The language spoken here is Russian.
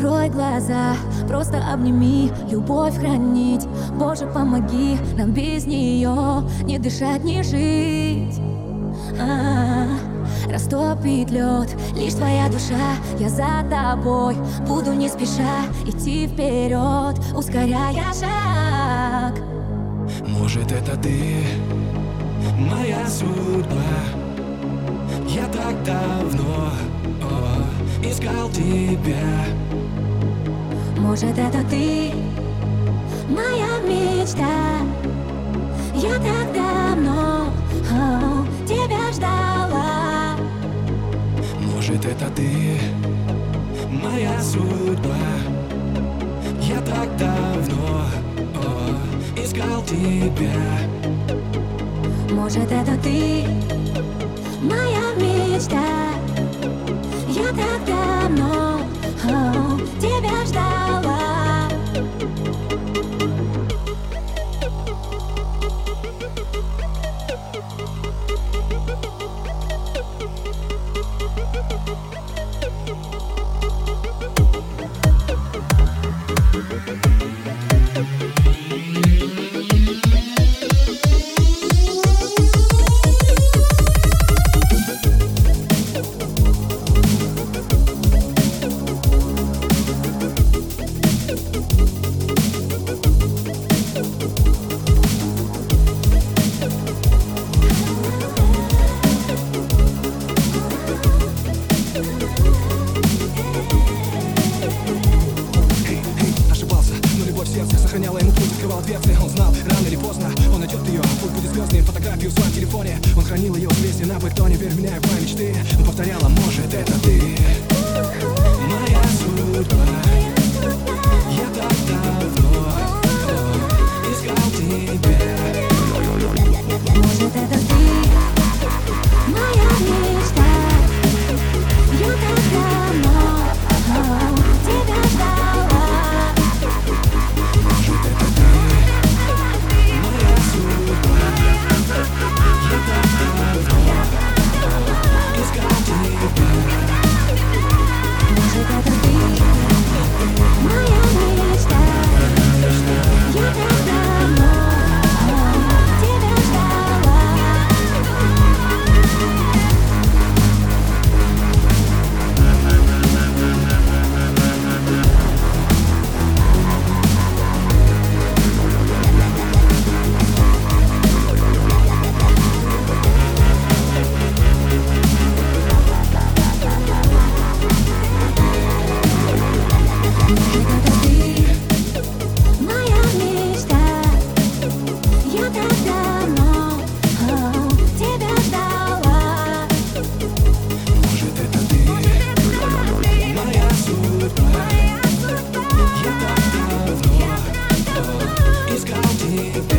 Закрой глаза, просто обними, любовь хранить. Боже, помоги нам без нее не дышать, не жить. Растопит лед лишь твоя душа. Я за тобой буду не спеша идти вперед, ускоряя шаг. Может, это ты, моя судьба. Я так давно искал тебя. Может, это ты, моя мечта. Я так давно тебя ждала. Может, это ты, моя судьба. Я так давно искал тебя. Может, это ты, моя мечта. Я так давно тебя ждала. Сохраняла ему путь, открывал дверцы. Он знал, рано или поздно он найдет ее. Путь будет звездный, фотографию в своем телефоне. Он хранил ее в песне на бетоне. Верь в меня и в мои мечты. Он повторяла, может, это ты, моя судьба. Я так давно искал тебя. Может, это ты, моя мечта. Я так давно тебя ждала. Может, это ты, моя судьба. Я так давно искал тебя. Может, это ты, моя мечта. Я так давно тебя ждала. Может, это ты, моя судьба. Я так давно искал тебя.